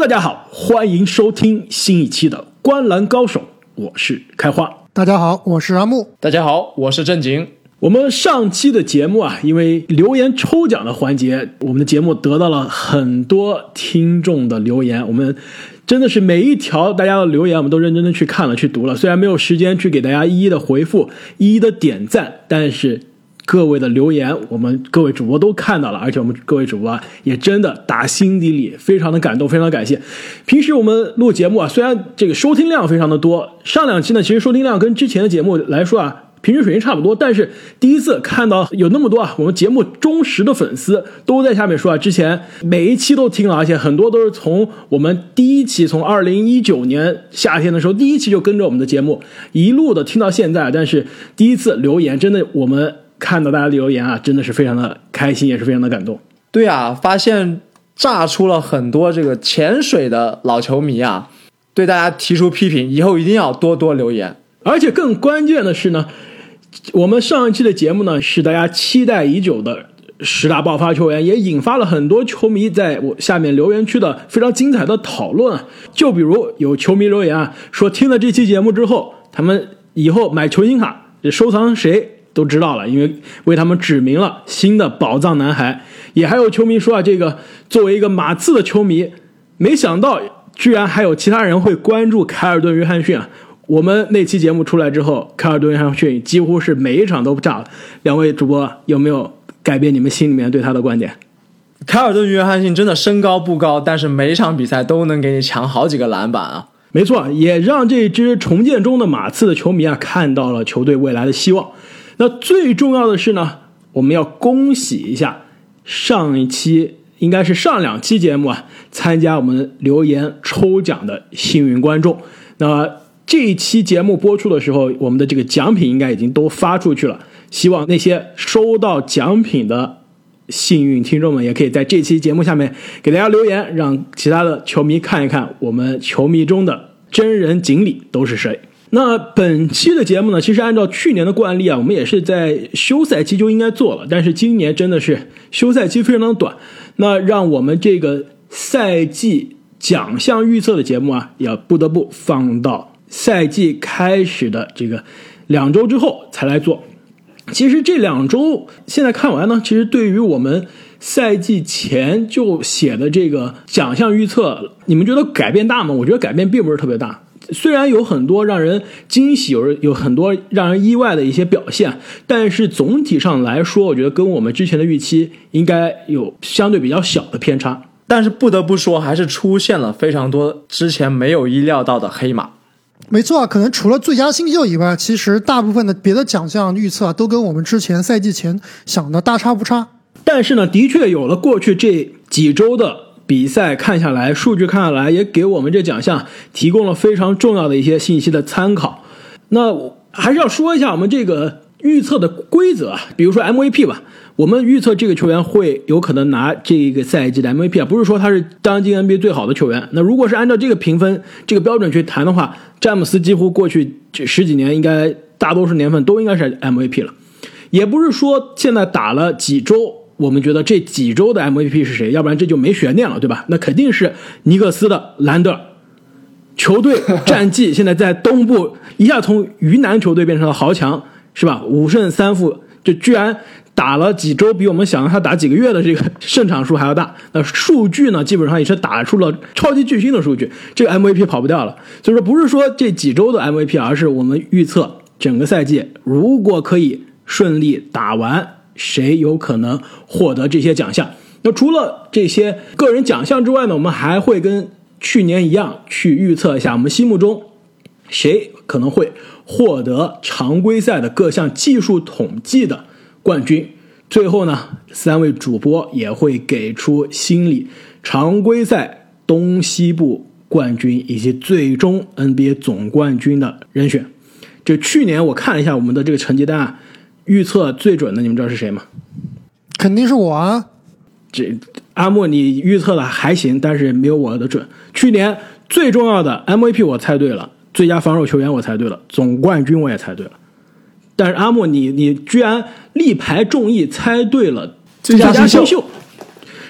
家好，欢迎收听新一期的《观篮高手》，我是开花。 大家好，我是阿木。 大家好，我是正经。 我们上期的节目因为留言抽奖的环节，我们的节目得到了很多听众的留言，我们真的是每一条大家的留言我们都认真的去看了去读了，虽然没有时间去给大家一一的回复，一一的点赞，但是各位的留言我们各位主播都看到了，而且我们各位主播也真的打心底里非常的感动，非常的感谢。平时我们录节目虽然这个收听量非常的多，上两期呢其实收听量跟之前的节目来说平均水平差不多，但是第一次看到有那么多我们节目忠实的粉丝都在下面说之前每一期都听了，而且很多都是从我们第一期从2019年夏天的时候第一期就跟着我们的节目一路的听到现在，但是第一次留言真的我们看到大家的留言真的是非常的开心，也是非常的感动。 对发现炸出了很多这个潜水的老球迷对大家提出批评，以后一定要多多留言。 而且更关键的是呢，我们上一期的节目呢是大家期待已久的10大爆发球员，也引发了很多球迷在我下面留言区的非常精彩的讨论就比如有球迷留言说听了这期节目之后，他们以后买球星卡收藏谁都知道了，因为为他们指明了新的宝藏男孩。也还有球迷说这个作为一个马刺的球迷，没想到居然还有其他人会关注凯尔顿约翰逊我们那期节目出来之后，凯尔顿约翰逊几乎是每一场都炸了。两位主播有没有改变你们心里面对他的观点？ 凯尔顿约翰逊真的身高不高，但是每一场比赛都能给你抢好几个篮板没错，也让这支重建中的马刺的球迷看到了球队未来的希望。那最重要的是呢，我们要恭喜一下上一期应该是上两期节目参加我们留言抽奖的幸运观众。那这一期节目播出的时候，我们的这个奖品应该已经都发出去了，希望那些收到奖品的幸运听众们也可以在这期节目下面给大家留言，让其他的球迷看一看我们球迷中的真人锦鲤都是谁。那本期的节目呢，其实按照去年的惯例我们也是在休赛期就应该做了，但是今年真的是休赛期非常的短，那让我们这个赛季奖项预测的节目也不得不放到赛季开始的这个2周之后才来做。其实这2周现在看完呢，其实对于我们赛季前就写的这个奖项预测，你们觉得改变大吗？我觉得改变并不是特别大，虽然有很多让人惊喜，有很多让人意外的一些表现，但是总体上来说，我觉得跟我们之前的预期应该有相对比较小的偏差。 但是不得不说，还是出现了非常多之前没有意料到的黑马。 没错可能除了最佳新秀以外，其实大部分的别的奖项预测都跟我们之前赛季前想的大差不差。 但是呢，的确有了过去这几周的比赛看下来，数据看下来，也给我们这奖项提供了非常重要的一些信息的参考。那还是要说一下我们这个预测的规则比如说 MVP 吧，我们预测这个球员会有可能拿这个赛季的 MVP 不是说他是当今 NBA 最好的球员。那如果是按照这个评分这个标准去谈的话，詹姆斯几乎过去10几年应该大多数年份都应该是 MVP 了。也不是说现在打了几周我们觉得这几周的 MVP 是谁，要不然这就没悬念了，对吧？那肯定是尼克斯的兰德尔。球队战绩现在在东部一下从鱼腩球队变成了豪强，是吧？5胜3负，就居然打了几周比我们想他打几个月的这个胜场数还要大。那数据呢，基本上也是打出了超级巨星的数据，这个 MVP 跑不掉了。所以说不是说这几周的 MVP， 而是我们预测整个赛季如果可以顺利打完，谁有可能获得这些奖项。那除了这些个人奖项之外呢，我们还会跟去年一样去预测一下我们心目中谁可能会获得常规赛的各项技术统计的冠军。最后呢，3位主播也会给出心里常规赛东西部冠军以及最终 NBA 总冠军的人选。这去年我看了一下我们的这个成绩单预测最准的你们知道是谁吗？ 肯定是我这阿莫你预测的还行，但是没有我的准。去年最重要的 MVP 我猜对了，最佳防守球员我猜对了，总冠军我也猜对了。但是阿莫你居然力排众议猜对了最佳新秀，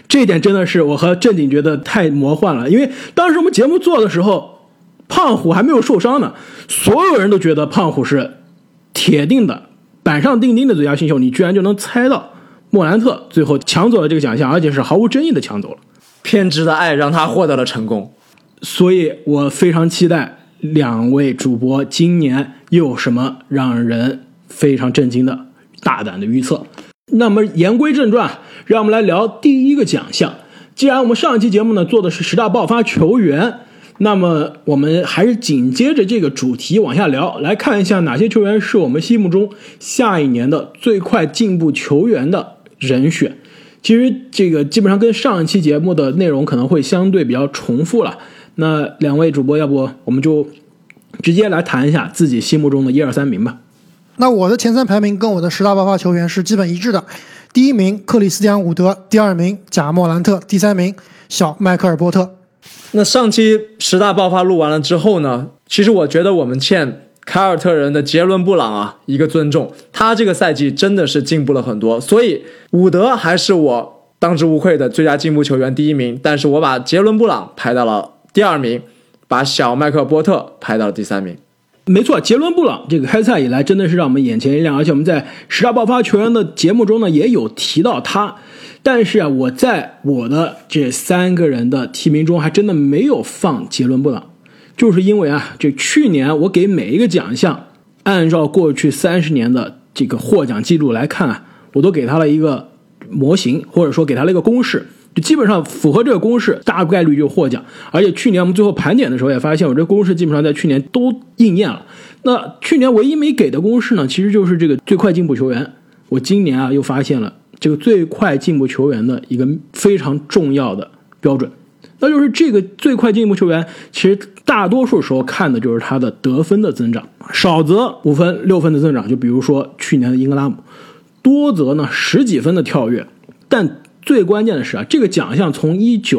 这一点真的是我和正经觉得太魔幻了，因为当时我们节目做的时候，胖虎还没有受伤呢，所有人都觉得胖虎是铁定的板上钉钉的最佳新秀，你居然就能猜到莫兰特最后抢走了这个奖项，而且是毫无争议的抢走了。 偏执的爱让他获得了成功， 所以我非常期待两位主播今年又有什么让人非常震惊的大胆的预测。那么言归正传，让我们来聊第一个奖项。既然我们上一期节目呢做的是10大爆发球员，那么我们还是紧接着这个主题往下聊，来看一下哪些球员是我们心目中下一年的最快进步球员的人选。其实这个基本上跟上一期节目的内容可能会相对比较重复了。那两位主播，要不我们就直接来谈一下自己心目中的1、2、3名吧。 那我的前3排名跟我的10大爆发球员是基本一致的。第1名克里斯蒂安·伍德，第2名贾莫兰特，第3名小迈克尔·波特。 那上期10大爆发录完了之后呢，其实我觉得我们欠凯尔特人的杰伦布朗啊一个尊重，他这个赛季真的是进步了很多，所以伍德还是我当之无愧的最佳进步球员第1名，但是我把杰伦布朗排到了第2名，把小迈克尔·波特排到了第3名。 没错，杰伦布朗这个开赛以来真的是让我们眼前一亮，而且我们在10大爆发球员的节目中呢也有提到他。但是啊，我在我的这3个人的提名中还真的没有放杰伦布朗，就是因为啊，这去年我给每一个奖项按照过去30年的这个获奖记录来看啊，我都给他了一个模型，或者说给他了一个公式，就基本上符合这个公式大概率就获奖。而且去年我们最后盘点的时候也发现，我这个公式基本上在去年都应验了。那去年唯一没给的公式呢，其实就是这个最快进步球员。我今年啊又发现了这个最快进步球员的一个非常重要的标准，那就是这个最快进步球员其实大多数时候看的就是他的得分的增长，少则5分6分的增长，就比如说去年的英格拉姆，多则呢10几分的跳跃。但最关键的是啊，这个奖项从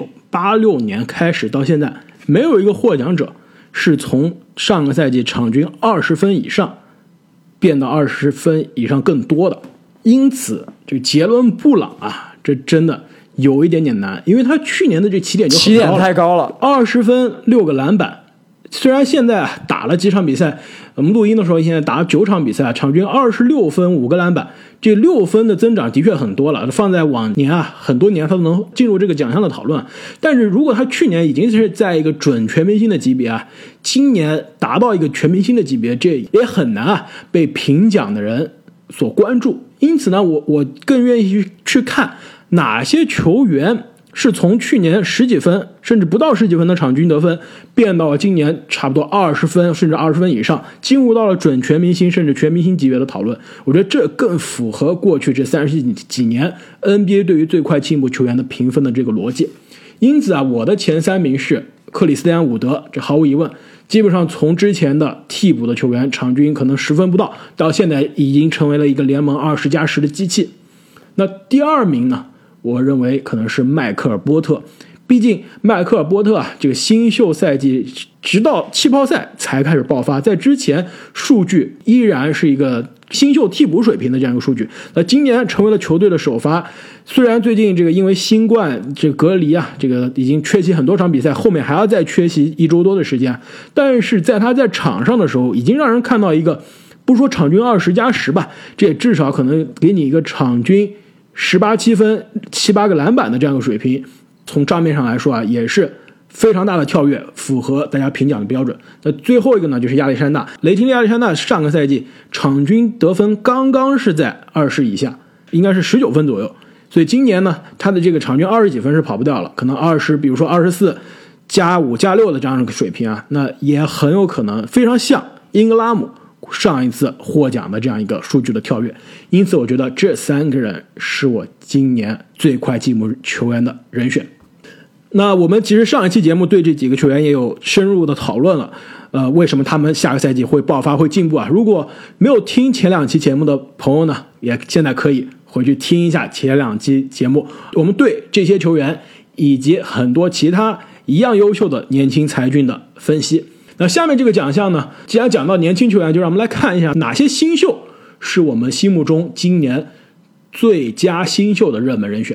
1986年开始到现在，没有一个获奖者是从上个赛季场均20分以上变到20分以上更多的。因此这个杰伦布朗啊，这真的有一点点难，因为他去年的这起点就很高了， 起点太高了 ，20分6个篮板。虽然现在打了几场比赛，我们录音的时候现在打了9场比赛，场均26分5个篮板，这6分的增长的确很多了，放在往年啊很多年他都能进入这个奖项的讨论。但是如果他去年已经是在一个准全明星的级别啊，今年达到一个全明星的级别，这也很难啊被评奖的人所关注。因此呢，我更愿意去看哪些球员是从去年10几分甚至不到10几分的场均得分变到了今年差不多20分甚至20分以上，进入到了准全明星甚至全明星级别的讨论。我觉得这更符合过去这30几年 NBA 对于最快进步球员的评分的这个逻辑。因此啊，我的前3名是克里斯蒂安·伍德，这毫无疑问，基本上从之前的替补的球员场均可能10分不到，到现在已经成为了一个联盟20+10的机器。那第2名呢，我认为可能是迈克尔·波特。毕竟迈克尔·波特啊，这个新秀赛季直到气泡赛才开始爆发，在之前数据依然是一个新秀替补水平的这样一个数据。那今年成为了球队的首发，虽然最近这个因为新冠这个隔离啊，这个已经缺席很多场比赛，后面还要再缺席1周多的时间，但是在他在场上的时候，已经让人看到一个不说场均20+10吧，这也至少可能给你一个场均18、7分7、8个篮板的这样一个水平。从账面上来说啊，也是非常大的跳跃，符合大家评奖的标准。那最后一个呢，就是亚历山大，雷霆的亚历山大上个赛季场均得分刚刚是在20以下，应该是19分左右，所以今年呢，他的这个场均20几分是跑不掉了，可能20，比如说24加5加6的这样一个水平啊，那也很有可能非常像英格拉姆上一次获奖的这样一个数据的跳跃。因此我觉得这3个人是我今年最快进步球员的人选。那我们其实上一期节目对这几个球员也有深入的讨论了，为什么他们下个赛季会爆发会进步啊？如果没有听前2期节目的朋友呢，也现在可以回去听一下前2期节目，我们对这些球员以及很多其他一样优秀的年轻才俊的分析。那下面这个奖项呢，既然讲到年轻球员，就让我们来看一下哪些新秀是我们心目中今年最佳新秀的热门人选。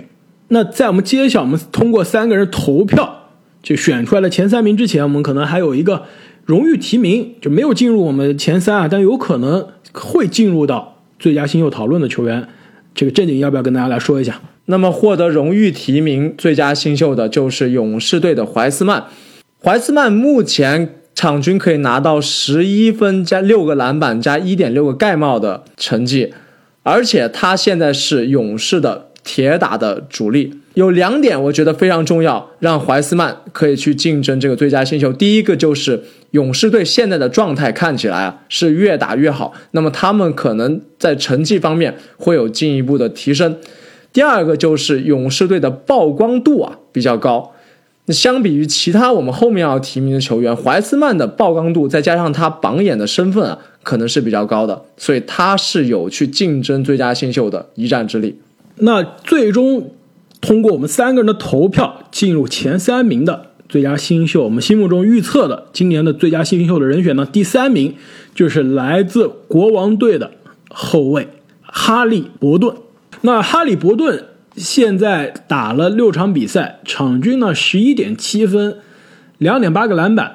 那在我们揭晓我们通过3个人投票就选出来了前3名之前，我们可能还有一个荣誉提名，就没有进入我们前3啊，但有可能会进入到最佳新秀讨论的球员，这个正经要不要跟大家来说一下？ 那么获得荣誉提名最佳新秀的就是勇士队的怀斯曼。怀斯曼目前场均可以拿到11分加6个篮板加 1.6 个盖帽的成绩，而且他现在是勇士的铁打的主力。有2点我觉得非常重要，让怀斯曼可以去竞争这个最佳新秀。第一个就是勇士队现在的状态看起来是越打越好，那么他们可能在成绩方面会有进一步的提升。第二个就是勇士队的曝光度比较高，那相比于其他我们后面要提名的球员，怀斯曼的曝光度再加上他榜眼的身份可能是比较高的，所以他是有去竞争最佳新秀的一战之力。 那最终通过我们3个人的投票进入前3名的最佳新秀，我们心目中预测的今年的最佳新秀的人选呢，第3名就是来自国王队的后卫哈利伯顿。那哈利伯顿现在打了6场比赛，场均呢 11.7 分 2.8 个篮板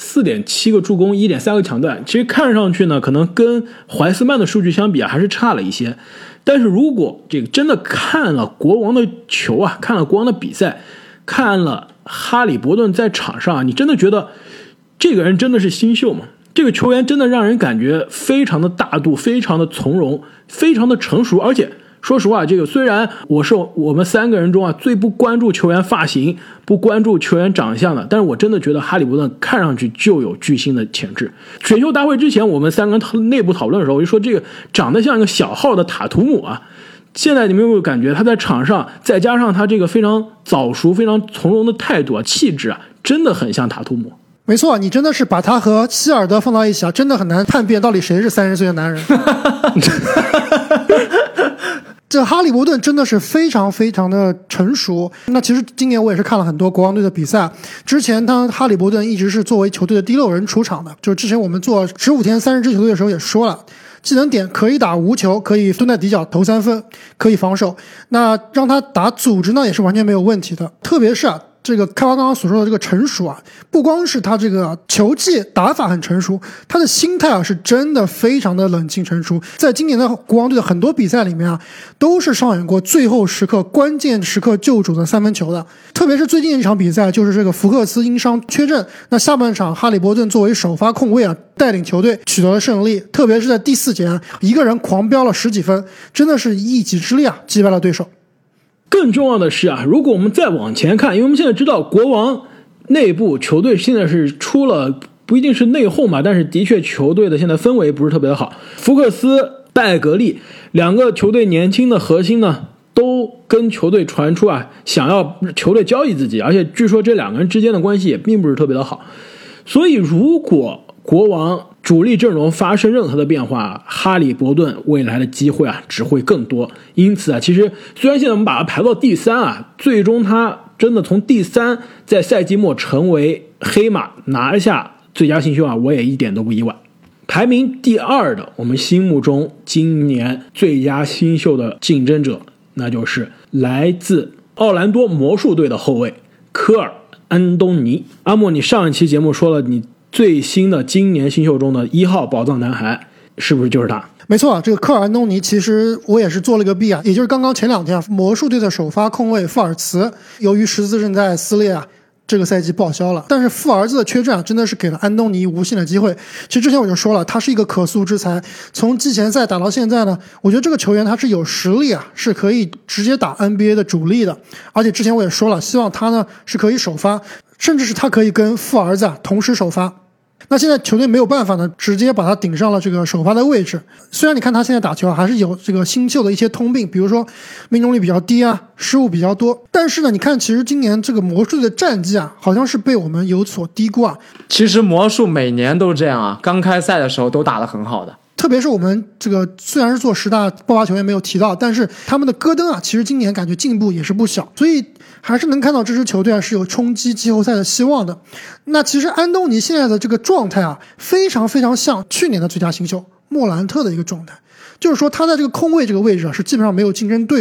4.7 个助攻 1.3 个抢断，其实看上去呢可能跟怀斯曼的数据相比还是差了一些。但是如果这个真的看了国王的球看了国王的比赛，看了哈利伯顿在场上你真的觉得这个人真的是新秀吗？这个球员真的让人感觉非常的大度，非常的从容，非常的成熟。而且说实话，这个虽然我是我们3个人中最不关注球员发型，不关注球员长相的，但是我真的觉得哈利伯顿看上去就有巨星的潜质。选秀大会之前我们3个人内部讨论的时候，我就说这个长得像一个小号的塔图姆现在你们有没有感觉他在场上再加上他这个非常早熟非常从容的态度气质真的很像塔图姆。 没错，你真的是把他和希尔德放到一起真的很难判别到底谁是30岁的男人。这哈利伯顿真的是非常非常的成熟。那其实今年我也是看了很多国王队的比赛，之前哈利伯顿一直是作为球队的第6人出场的，就是之前我们做15天30支球队的时候也说了，技能点可以打无球，可以蹲在底角投3分，可以防守，那让他打组织呢也是完全没有问题的。特别是这个开花刚刚所说的这个成熟不光是他这个球技打法很成熟，他的心态是真的非常的冷静成熟。在今年的国王队的很多比赛里面都是上演过最后时刻关键时刻救主的3分球的。特别是最近一场比赛，就是这个福克斯因伤缺阵，那下半场哈利伯顿作为首发控卫带领球队取得了胜利，特别是在第4节一个人狂飙了10几分，真的是一己之力击败了对手。 更重要的是如果我们再往前看，因为我们现在知道国王内部球队现在是出了不一定是内讧但是的确球队的现在氛围不是特别的好。福克斯、拜格利2个球队年轻的核心呢，都跟球队传出想要球队交易自己，而且据说这2个人之间的关系也并不是特别的好。所以如果国王主力阵容发生任何的变化，哈利伯顿未来的机会只会更多。因此其实虽然现在我们把他排到第3最终他真的从第3在赛季末成为黑马拿下最佳新秀我也一点都不意外。排名第2的我们心目中今年最佳新秀的竞争者，那就是来自奥兰多魔术队的后卫科尔安东尼。阿莫，你上一期节目说了你最新的今年新秀中的1号宝藏男孩是不是就是他？ 没错，这个科尔安东尼其实我也是做了个弊也就是刚刚前2天魔术队的首发控卫富尔茨由于十字韧带撕裂这个赛季报销了，但是富儿子的缺阵真的是给了安东尼无限的机会。其实之前我就说了，他是一个可塑之才，从季前赛打到现在呢，我觉得这个球员他是有实力是可以直接打 NBA 的主力的。而且之前我也说了，希望他呢是可以首发，甚至是他可以跟富儿子同时首发。那现在球队没有办法呢，直接把他顶上了这个首发的位置。虽然你看他现在打球还是有这个新秀的一些通病，比如说命中率比较低失误比较多，但是呢，你看其实今年这个魔术的战绩好像是被我们有所低估其实魔术每年都这样刚开赛的时候都打得很好的。 特别是我们这个虽然是做10大爆发球员没有提到，但是他们的戈登其实今年感觉进步也是不小，所以还是能看到这支球队是有冲击季后赛的希望的。那其实安东尼现在的这个状态非常非常像去年的最佳新秀莫兰特的一个状态，就是说他在这个空位这个位置是基本上没有竞争对手的。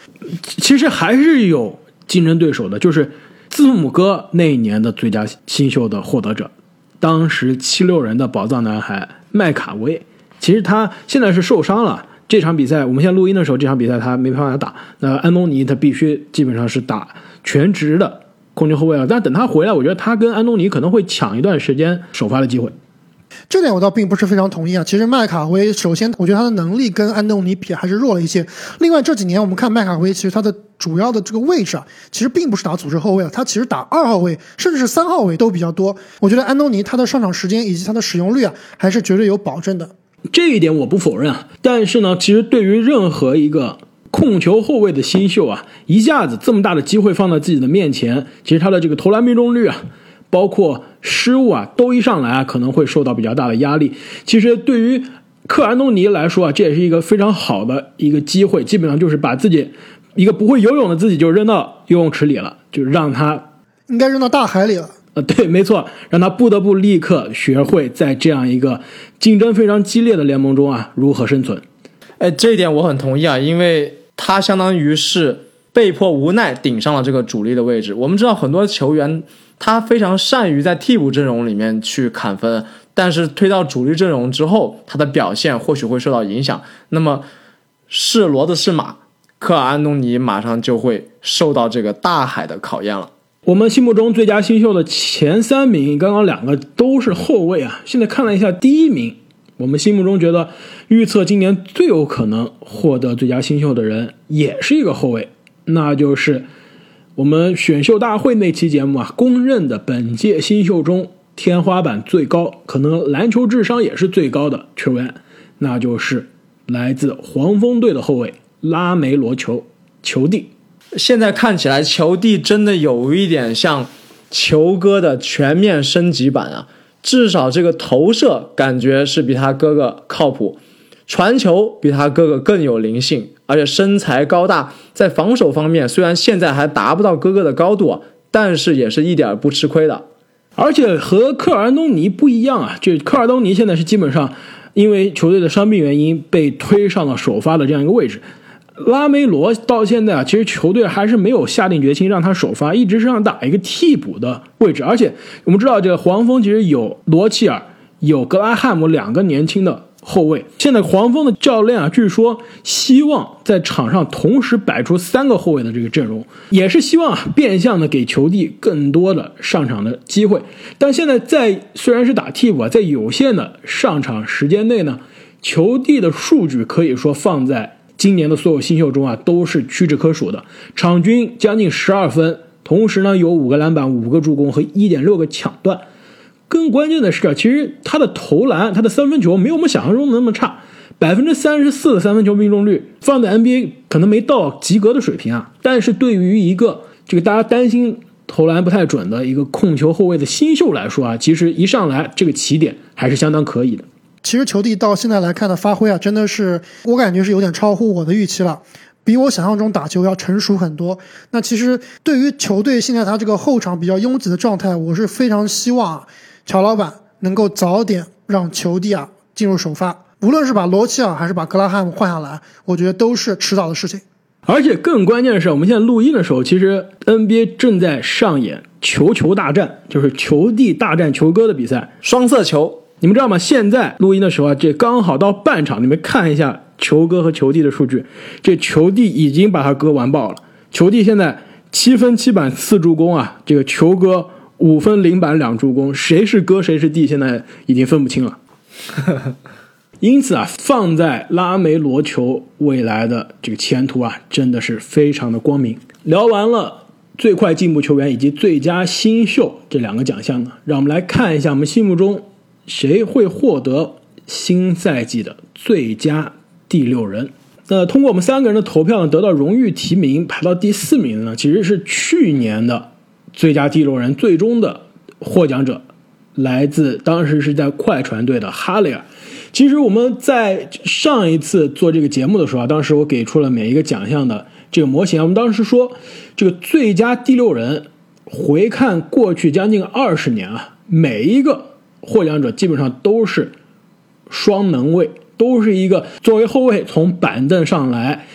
其实还是有竞争对手的，就是字母哥那一年的最佳新秀的获得者，当时76人的宝藏男孩麦卡威。其实他现在是受伤了，这场比赛我们现在录音的时候，这场比赛他没办法打。那安东尼他必须基本上是打全职的控球后卫了，但等他回来，我觉得他跟安东尼可能会抢一段时间首发的机会。 这点我倒并不是非常同意啊。其实麦卡威，首先我觉得他的能力跟安东尼比还是弱了一些。另外这几年我们看麦卡威，其实他的主要的这个位置啊，其实并不是打组织后卫了，他其实打2号位甚至是3号位都比较多。我觉得安东尼他的上场时间以及他的使用率啊，还是绝对有保证的。 这一点我不否认啊，但是呢，其实对于任何一个控球后卫的新秀啊，一下子这么大的机会放在自己的面前，其实他的这个投篮命中率啊，包括失误啊，都一上来啊，可能会受到比较大的压力。其实对于克安东尼来说啊，这也是一个非常好的一个机会，基本上就是把自己一个不会游泳的自己就扔到游泳池里了，就让他应该扔到大海里了。 对，没错，让他不得不立刻学会在这样一个竞争非常激烈的联盟中啊如何生存。 这一点我很同意啊，因为他相当于是被迫无奈顶上了这个主力的位置。我们知道很多球员他非常善于在替补阵容里面去砍分，但是推到主力阵容之后，他的表现或许会受到影响。那么是骡子是马，科尔安东尼马上就会受到这个大海的考验了。 我们心目中最佳新秀的前3名，刚刚2个都是后卫啊。现在看了一下第1名，我们心目中觉得预测今年最有可能获得最佳新秀的人，也是一个后卫，那就是我们选秀大会那期节目啊，公认的本届新秀中天花板最高，可能篮球智商也是最高的球员，那就是来自黄蜂队的后卫拉梅罗球帝。 现在看起来球帝真的有一点像球哥的全面升级版啊，至少这个投射感觉是比他哥哥靠谱，传球比他哥哥更有灵性，而且身材高大，在防守方面虽然现在还达不到哥哥的高度啊，但是也是一点不吃亏的。 而且和科尔安东尼不一样啊，就科尔安东尼现在是基本上因为球队的伤病原因被推上了首发的这样一个位置。拉梅罗到现在啊，其实球队还是没有下定决心让他首发，一直是让打一个替补的位置。而且我们知道这个黄蜂其实有罗齐尔有格拉汉姆2个年轻的后卫，现在黄蜂的教练啊，据说希望在场上同时摆出3个后卫的这个阵容，也是希望变相的给球帝更多的上场的机会。但现在虽然是打替补啊，在有限的上场时间内呢，球帝的数据可以说放在今年的所有新秀中啊，都是屈指可数的，场均将近12分，同时呢有5个篮板、5个助攻和 1.6 个抢断。更关键的是，其实他的投篮、他的三分球没有我们想象中的那么差，34%的三分球命中率，放在 NBA 可能没到及格的水平啊。但是对于一个这个大家担心投篮不太准的一个控球后卫的新秀来说啊，其实一上来这个起点还是相当可以的。 其实球帝到现在来看的发挥啊，真的是我感觉是有点超乎我的预期了，比我想象中打球要成熟很多。那其实对于球队现在他这个后场比较拥挤的状态，我是非常希望乔老板能够早点让球帝啊进入首发，无论是把罗齐尔还是把格拉汉姆换下来，我觉得都是迟早的事情。 而且更关键的是，我们现在录音的时候，其实 NBA 正在上演球大战，就是球帝大战球哥的比赛， 双色球。 你们知道吗？现在录音的时候啊，这刚好到半场，你们看一下球哥和球帝的数据，这球帝已经把他哥完爆了。球帝现在7分7板4助攻啊，这个球哥5分0板2助攻，谁是哥谁是弟，现在已经分不清了。因此啊，放在拉梅罗球未来的这个前途啊，真的是非常的光明。聊完了最快进步球员以及最佳新秀这2个奖项呢，让我们来看一下我们心目中谁会获得新赛季的最佳第6人。通过我们3个人的投票呢，得到荣誉提名排到第4名的呢，其实是去年的最佳第6人最终的获奖者，来自当时是在快船队的哈雷尔。其实我们在上一次做这个节目的时候啊，当时我给出了每一个奖项的这个模型，我们当时说这个最佳第6人回看过去将近20年啊，每一个获奖者基本上都是双能卫，都是一个作为后卫从板凳上来，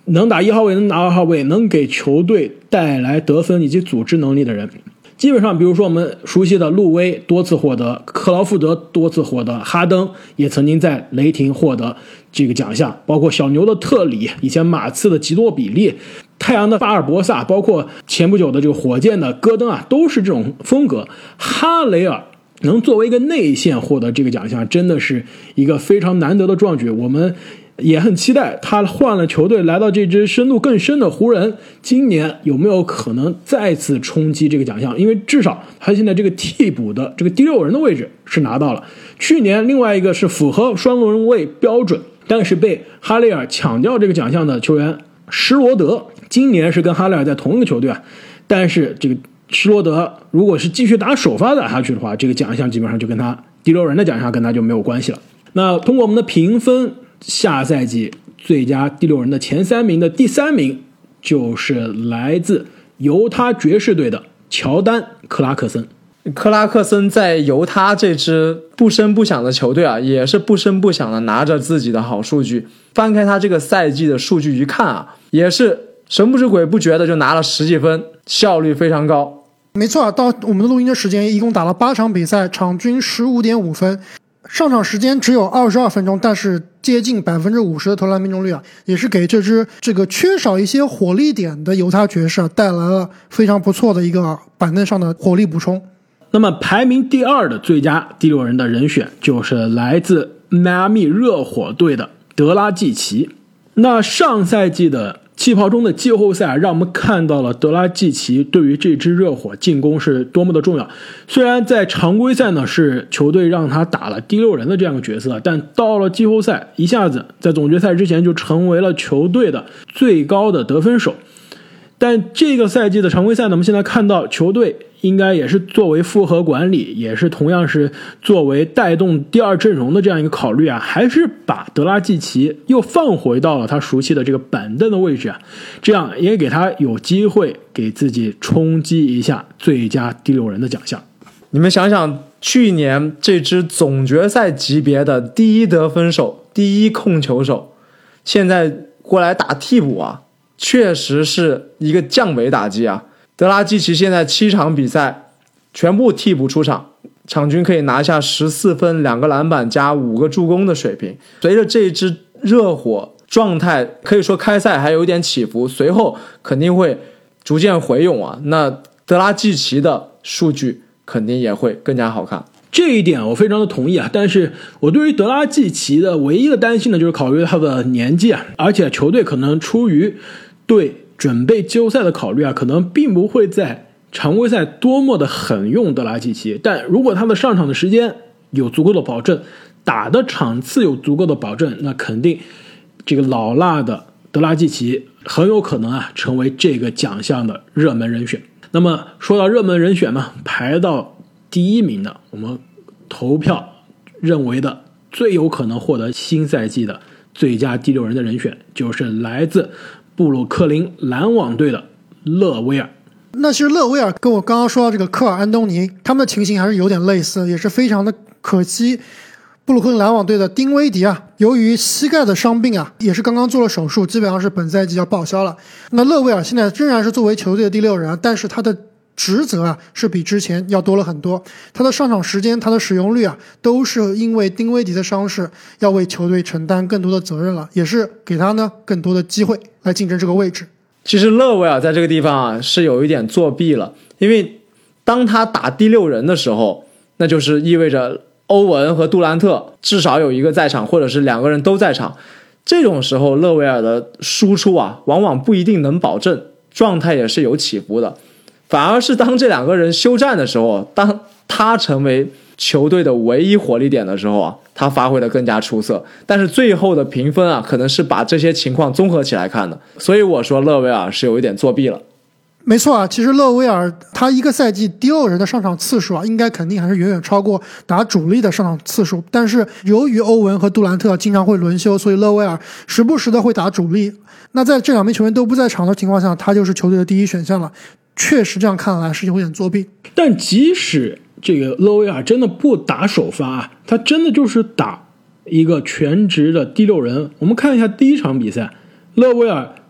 能打1号位，能打2号位，能给球队带来得分以及组织能力的人。基本上比如说我们熟悉的路威多次获得，克劳福德多次获得，哈登也曾经在雷霆获得这个奖项，包括小牛的特里，以前马刺的吉诺比利，太阳的巴尔博萨，包括前不久的这个火箭的戈登啊，都是这种风格。哈雷尔能作为一个内线获得这个奖项，真的是一个非常难得的壮举。我们也很期待他换了球队来到这支深度更深的湖人，今年有没有可能再次冲击这个奖项？因为至少他现在这个替补的这个第6人的位置是拿到了，去年另外一个是符合双轮位标准但是被哈雷尔抢掉这个奖项的球员施罗德，今年是跟哈雷尔在同一个球队啊，但是这个施罗德如果是继续打首发打下去的话，这个奖项基本上就跟他第6人的奖项跟他就没有关系了。那通过我们的评分，下赛季最佳第6人的前3名的第3名就是来自犹他爵士队的乔丹·克拉克森。 克拉克森在犹他这支不声不响的球队啊，也是不声不响的拿着自己的好数据。翻开他这个赛季的数据一看啊，也是神不知鬼不觉的就拿了10几分，效率非常高。 没错啊，到我们的录音的时间一共打了8场比赛，场均 15.5 分，上场时间只有22分钟，但是接近 50% 的投篮命中率啊，也是给这支这个缺少一些火力点的犹他爵士带来了非常不错的一个板凳上的火力补充。 那么排名第2的最佳第6人的人选就是来自迈阿密热火队的德拉季奇。那上赛季的气泡中的季后赛让我们看到了德拉季奇对于这支热火进攻是多么的重要。虽然在常规赛呢是球队让他打了第6人的这样的角色，但到了季后赛一下子在总决赛之前就成为了球队的最高的得分手。但这个赛季的常规赛呢，我们现在看到球队应该也是作为复合管理，也是同样是作为带动第2阵容的这样一个考虑啊，还是把德拉季奇又放回到了他熟悉的这个板凳的位置啊，这样也给他有机会给自己冲击一下最佳第6人的奖项。 你们想想，去年这支总决赛级别的第1得分手、第1控球手，现在过来打替补啊，确实是一个降维打击啊。德拉季奇现在7场比赛全部替补出场，场均可以拿下14分、2个篮板加5个助攻的水平。随着这支热火状态可以说开赛还有一点起伏，随后肯定会逐渐回勇啊，那德拉季奇的数据肯定也会更加好看。 这一点我非常的同意啊，但是我对于德拉季奇的唯一的担心呢，就是考虑他的年纪啊，而且球队可能出于对准备季后赛的考虑啊，可能并不会在常规赛多么的狠用德拉季奇，但如果他的上场的时间有足够的保证，打的场次有足够的保证，那肯定这个老辣的德拉季奇很有可能啊成为这个奖项的热门人选。那么说到热门人选呢，排到第1名的，我们投票认为的最有可能获得新赛季的最佳第6人的人选，就是来自布鲁克林篮网队的勒威尔。 那其实勒威尔跟我刚刚说到这个科尔安东尼，他们的情形还是有点类似，也是非常的可惜。布鲁克林篮网队的丁威迪啊，由于膝盖的伤病啊，也是刚刚做了手术，基本上是本赛季要报销了。那勒威尔现在仍然是作为球队的第6人，但是他的职责啊是比之前要多了很多，他的上场时间、他的使用率啊，都是因为丁威迪的伤势要为球队承担更多的责任了，也是给他呢更多的机会来竞争这个位置。 其实勒维尔在这个地方啊是有一点作弊了，因为当他打第6人的时候，那就是意味着欧文和杜兰特至少有一个在场，或者是2个人都在场。这种时候勒维尔的输出啊往往不一定能保证，状态也是有起伏的。反而是当这2个人休战的时候，当他成为球队的唯一火力点的时候啊，他发挥的更加出色。但是最后的评分啊，可能是把这些情况综合起来看的，所以我说勒维尔是有一点作弊了。 没错啊，其实勒维尔他一个赛季第6人的上场次数啊，应该肯定还是远远超过打主力的上场次数。但是由于欧文和杜兰特经常会轮休，所以勒维尔时不时的会打主力。那在这2名球员都不在场的情况下，他就是球队的第1选项了。确实这样看来是有点作弊。 但即使这个勒维尔真的不打首发啊，他真的就是打一个全职的第6人。我们看一下第1场比赛，勒维尔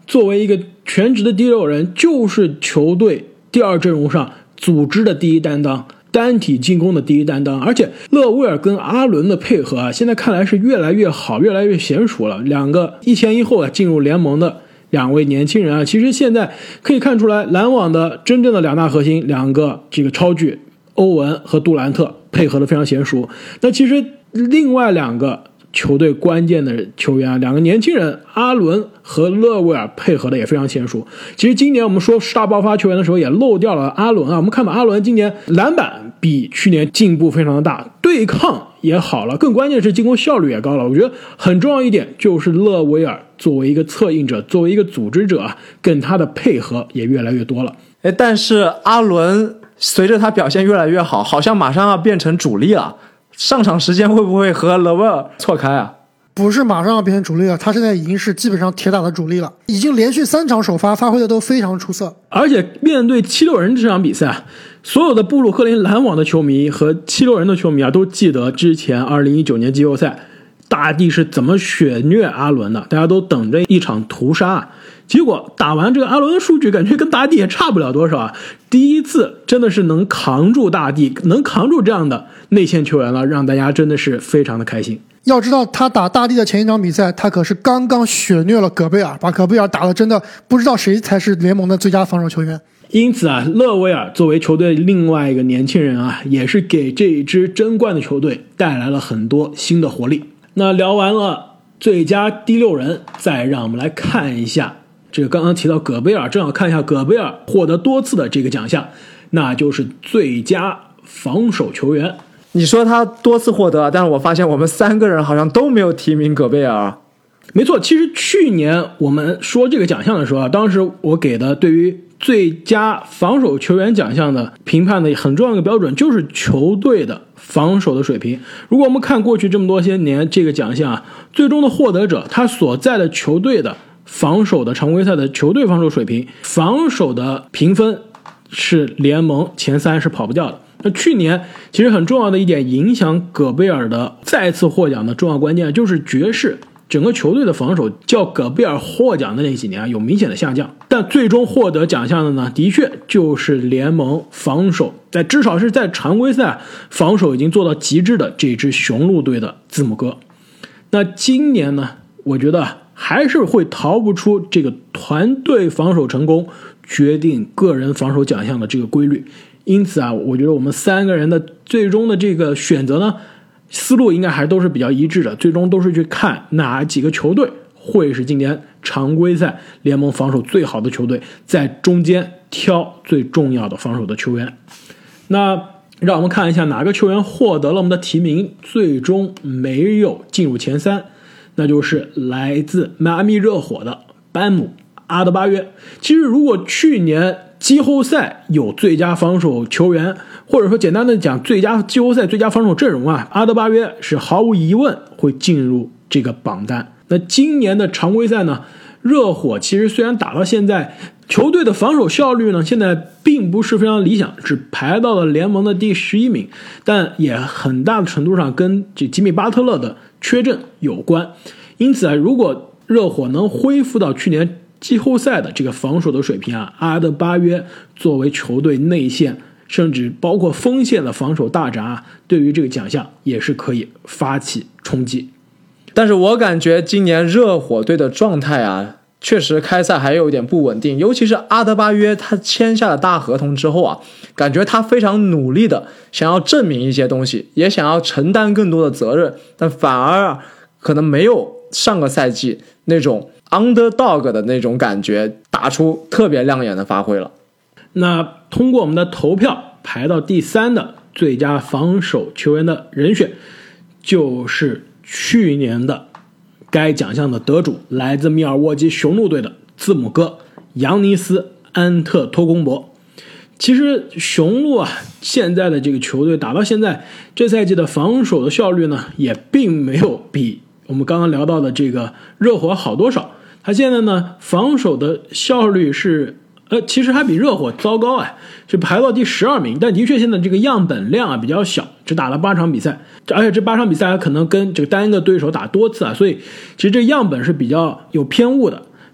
作为一个全职的第六人，就是球队第二阵容上组织的第一担当，单体进攻的第一担当。而且勒维尔跟阿伦的配合啊，现在看来是越来越好，越来越娴熟了。两个一前一后进入联盟的两位年轻人啊，其实现在可以看出来，篮网的真正的两大核心，两个这个超巨欧文和杜兰特配合的非常娴熟。那其实另外两个球队关键的球员啊，两个年轻人阿伦和勒维尔配合的也非常娴熟。其实今年我们说十大爆发球员的时候也漏掉了阿伦啊，我们看到阿伦今年篮板比去年进步非常的大，对抗也好了，更关键是进攻效率也高了。我觉得很重要一点就是勒维尔作为一个策应者，作为一个组织者啊，跟他的配合也越来越多了。 但是阿伦随着他表现越来越好，好像马上要变成主力了，上场时间会不会和勒维尔错开啊？ 不是马上要变成主力了，他现在已经是基本上铁打的主力了，已经连续3场首发，发挥的都非常出色。 而且面对76人这场比赛，所有的布鲁克林篮网的球迷和76人的球迷啊，都记得之前2019年季后赛大帝是怎么血虐阿伦的，大家都等着一场屠杀。结果打完这个阿伦的数据，感觉跟大帝也差不了多少啊！第一次真的是能扛住大帝，能扛住这样的内线球员了，让大家真的是非常的开心。 要知道他打大帝的前一场比赛，他可是刚刚血虐了戈贝尔，把戈贝尔打得真的不知道谁才是联盟的最佳防守球员。 因此啊，勒维尔作为球队另外一个年轻人啊，也是给这一支争冠的球队带来了很多新的活力。那聊完了最佳第六人，再让我们来看一下这个刚刚提到戈贝尔，正好看一下戈贝尔获得多次的这个奖项，那就是最佳防守球员。 你说他多次获得，但是我发现我们3个人好像都没有提名戈贝尔。 没错，其实去年我们说这个奖项的时候啊，当时我给的对于最佳防守球员奖项的评判的很重要的一个标准就是球队的防守的水平。如果我们看过去这么多些年这个奖项啊，最终的获得者他所在的球队的防守的常规赛的球队防守水平，防守的评分是联盟前3是跑不掉的。那去年其实很重要的一点，影响戈贝尔的再次获奖的重要关键就是爵士整个球队的防守较戈贝尔获奖的那几年有明显的下降，但最终获得奖项的呢，的确就是联盟防守至少是在常规赛防守已经做到极致的这支雄鹿队的字母哥。那今年呢，我觉得还是会逃不出这个团队防守成功决定个人防守奖项的这个规律。因此啊，我觉得我们3个人的最终的这个选择呢，思路应该还都是比较一致的，最终都是去看哪几个球队会是今年常规赛联盟防守最好的球队，在中间挑最重要的防守的球员。那让我们看一下哪个球员获得了我们的提名，最终没有进入前3，那就是来自迈阿密热火的班姆阿德巴约。其实如果去年季后赛有最佳防守球员，或者说简单的讲最佳季后赛最佳防守阵容啊，阿德巴约是毫无疑问会进入这个榜单。那今年的常规赛呢，热火其实虽然打到现在，球队的防守效率呢现在并不是非常理想，只排到了联盟的第11名，但也很大的程度上跟这吉米巴特勒的缺阵有关。因此啊，如果热火能恢复到去年季后赛的这个防守的水平啊，阿德巴约作为球队内线甚至包括锋线的防守大闸，对于这个奖项也是可以发起冲击。 但是我感觉今年热火队的状态啊，确实开赛还有点不稳定，尤其是阿德巴约他签下了大合同之后啊，感觉他非常努力的想要证明一些东西，也想要承担更多的责任，但反而可能没有上个赛季那种underdog 的那种感觉打出特别亮眼的发挥了。 那通过我们的投票排到第3的最佳防守球员的人选，就是去年的该奖项的得主，来自密尔沃基雄鹿队的字母哥扬尼斯安特托贡博。其实雄鹿啊，现在的这个球队打到现在，这赛季的防守的效率呢，也并没有比我们刚刚聊到的这个热火好多少。他现在呢，防守的效率是其实还比热火糟糕是排到第12名，但的确现在这个样本量啊比较小，只打了8场比赛，而且这8场比赛可能跟这个单个对手打多次啊，所以其实这样本是比较有偏误的。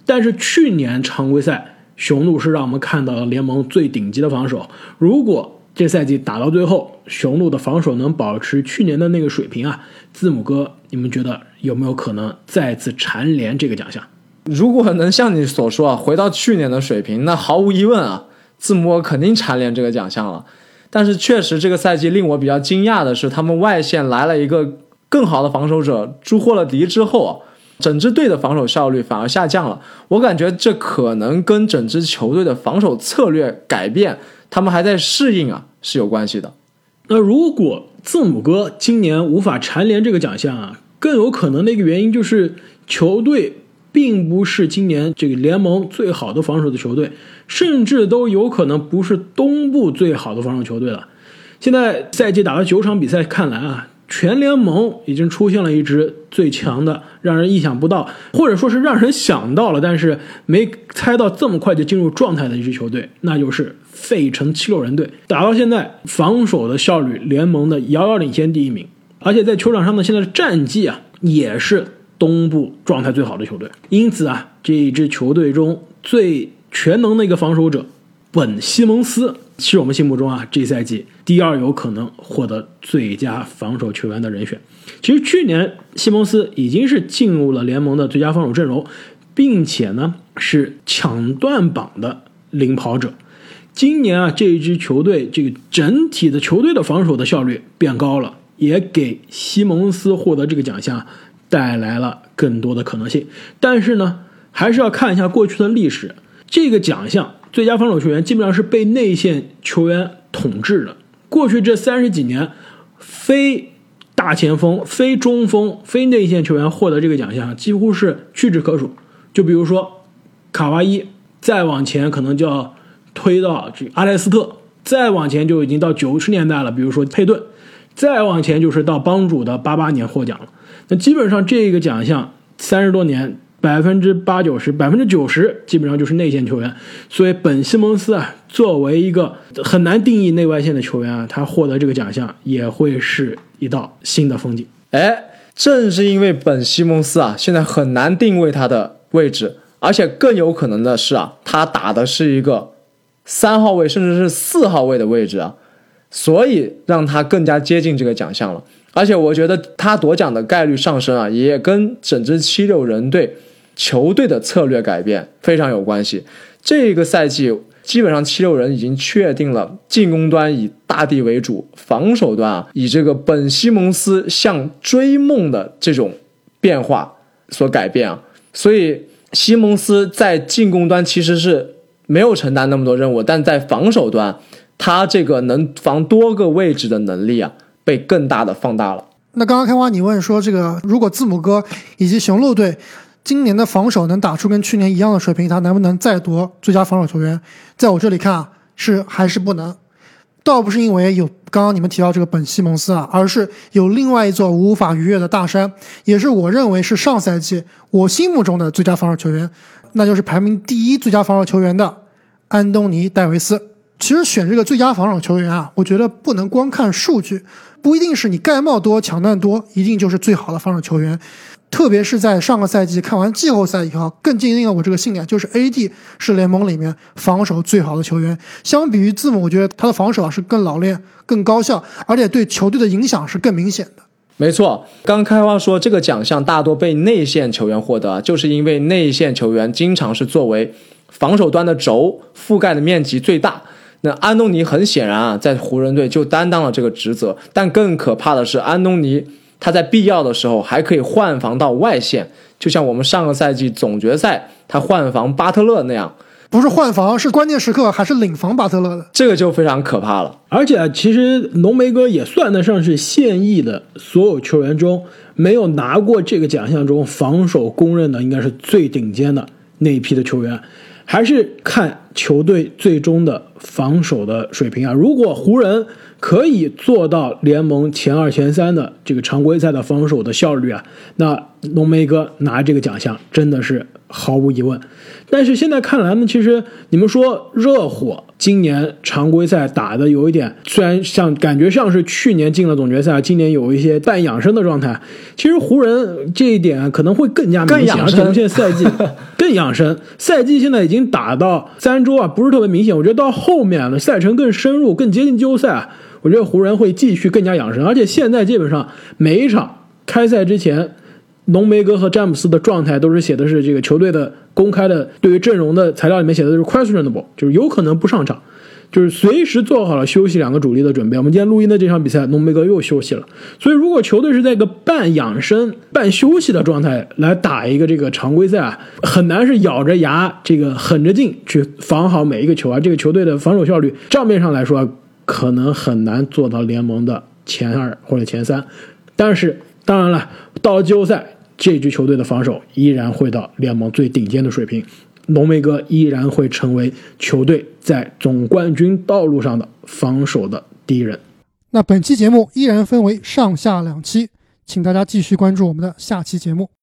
但是去年常规赛雄鹿是让我们看到了联盟最顶级的防守，如果这赛季打到最后雄鹿的防守能保持去年的那个水平啊，字母哥你们觉得有没有可能再次蝉联这个奖项？ 如果能像你所说啊，回到去年的水平，那毫无疑问啊，字母哥肯定蝉联这个奖项了。但是确实这个赛季令我比较惊讶的是，他们外线来了一个更好的防守者朱霍勒迪之后啊，整支队的防守效率反而下降了。我感觉这可能跟整支球队的防守策略改变，他们还在适应啊，是有关系的。 那如果字母哥今年无法蝉联这个奖项啊，更有可能的一个原因就是球队并不是今年这个联盟最好的防守的球队，甚至都有可能不是东部最好的防守球队了。现在赛季打了9场比赛看来啊，全联盟已经出现了一支最强的，让人意想不到，或者说是让人想到了，但是没猜到这么快就进入状态的一支球队，那就是费城76人队。打到现在防守的效率联盟的遥遥领先第一名，而且在球场上的现在的战绩啊，也是东部状态最好的球队。因此啊，这一支球队中最全能的一个防守者本西蒙斯是我们心目中啊这赛季第2有可能获得最佳防守球员的人选。其实去年西蒙斯已经是进入了联盟的最佳防守阵容，并且呢是抢断榜的领跑者。今年啊这一支球队这个整体的球队的防守的效率变高了，也给西蒙斯获得这个奖项带来了更多的可能性。但是呢还是要看一下过去的历史，这个奖项最佳防守球员基本上是被内线球员统治的。过去这30几年，非大前锋、非中锋、非内线球员获得这个奖项几乎是屈指可数。就比如说卡哇伊，再往前可能就要推到阿莱斯特，再往前就已经到90年代了，比如说佩顿，再往前就是到帮主的88年获奖了。那基本上这个奖项30多年80%-90%基本上就是内线球员，所以本西蒙斯啊，作为一个很难定义内外线的球员啊，他获得这个奖项也会是一道新的风景。 正是因为本西蒙斯啊，现在很难定位他的位置，而且更有可能的是啊，他打的是一个3号位甚至是4号位的位置啊，所以让他更加接近这个奖项了。而且我觉得他夺奖的概率上升啊，也跟整支76人队球队的策略改变非常有关系。这个赛季基本上76人已经确定了进攻端以大帝为主，防守端啊以这个本西蒙斯向追梦的这种变化所改变啊。所以西蒙斯在进攻端其实是没有承担那么多任务，但在防守端他这个能防多个位置的能力啊被更大的放大了。 那刚刚开花你问说，这个如果字母哥以及雄鹿队今年的防守能打出跟去年一样的水平，他能不能再夺最佳防守球员？在我这里看啊，是还是不能。倒不是因为有刚刚你们提到这个本西蒙斯啊，而是有另外一座无法逾越的大山，也是我认为是上赛季我心目中的最佳防守球员，那就是排名第1最佳防守球员的安东尼·戴维斯。其实选这个最佳防守球员啊，我觉得不能光看数据，不一定是你盖帽多抢断多一定就是最好的防守球员。特别是在上个赛季看完季后赛以后，更坚定了我这个信念，就是 AD 是联盟里面防守最好的球员。相比于字母，我觉得他的防守是更老练、更高效，而且对球队的影响是更明显的。 没错，刚开花说这个奖项大多被内线球员获得，就是因为内线球员经常是作为防守端的轴，覆盖的面积最大。那安东尼很显然啊，在湖人队就担当了这个职责，但更可怕的是安东尼他在必要的时候还可以换防到外线，就像我们上个赛季总决赛他换防巴特勒那样。 不是换防，是关键时刻还是领防巴特勒的， 这个就非常可怕了。 而且其实浓眉哥也算得上是现役的所有球员中没有拿过这个奖项中防守公认的应该是最顶尖的那一批的球员。还是看球队最终的防守的水平啊！如果湖人可以做到联盟前2、前3的这个常规赛的防守的效率啊，那浓眉哥拿这个奖项真的是毫无疑问。但是现在看来呢，其实你们说热火今年常规赛打的有一点，虽然感觉像是去年进了总决赛，今年有一些半养生的状态。其实湖人这一点可能会更加明显，而且现在赛季更养生。赛季现在已经打到3周啊，不是特别明显。我觉得到后面的赛程更深入，更接近季后赛，我觉得湖人会继续更加养生。而且现在基本上每一场开赛之前，浓眉哥和詹姆斯的状态都是写的是这个球队的公开的对于阵容的材料里面写的是 questionable， 就是有可能不上场，就是随时做好了休息2个主力的准备。我们今天录音的这场比赛，浓眉哥又休息了，所以如果球队是在一个半养生半休息的状态来打一个这个常规赛啊，很难是咬着牙这个狠着劲去防好每一个球啊。这个球队的防守效率账面上来说可能很难做到联盟的前2或者前3，但是当然了，到了季后赛，这支球队的防守依然会到联盟最顶尖的水平，浓眉哥依然会成为球队在总冠军道路上的防守的第一人。 那本期节目依然分为上下2期，请大家继续关注我们的下期节目。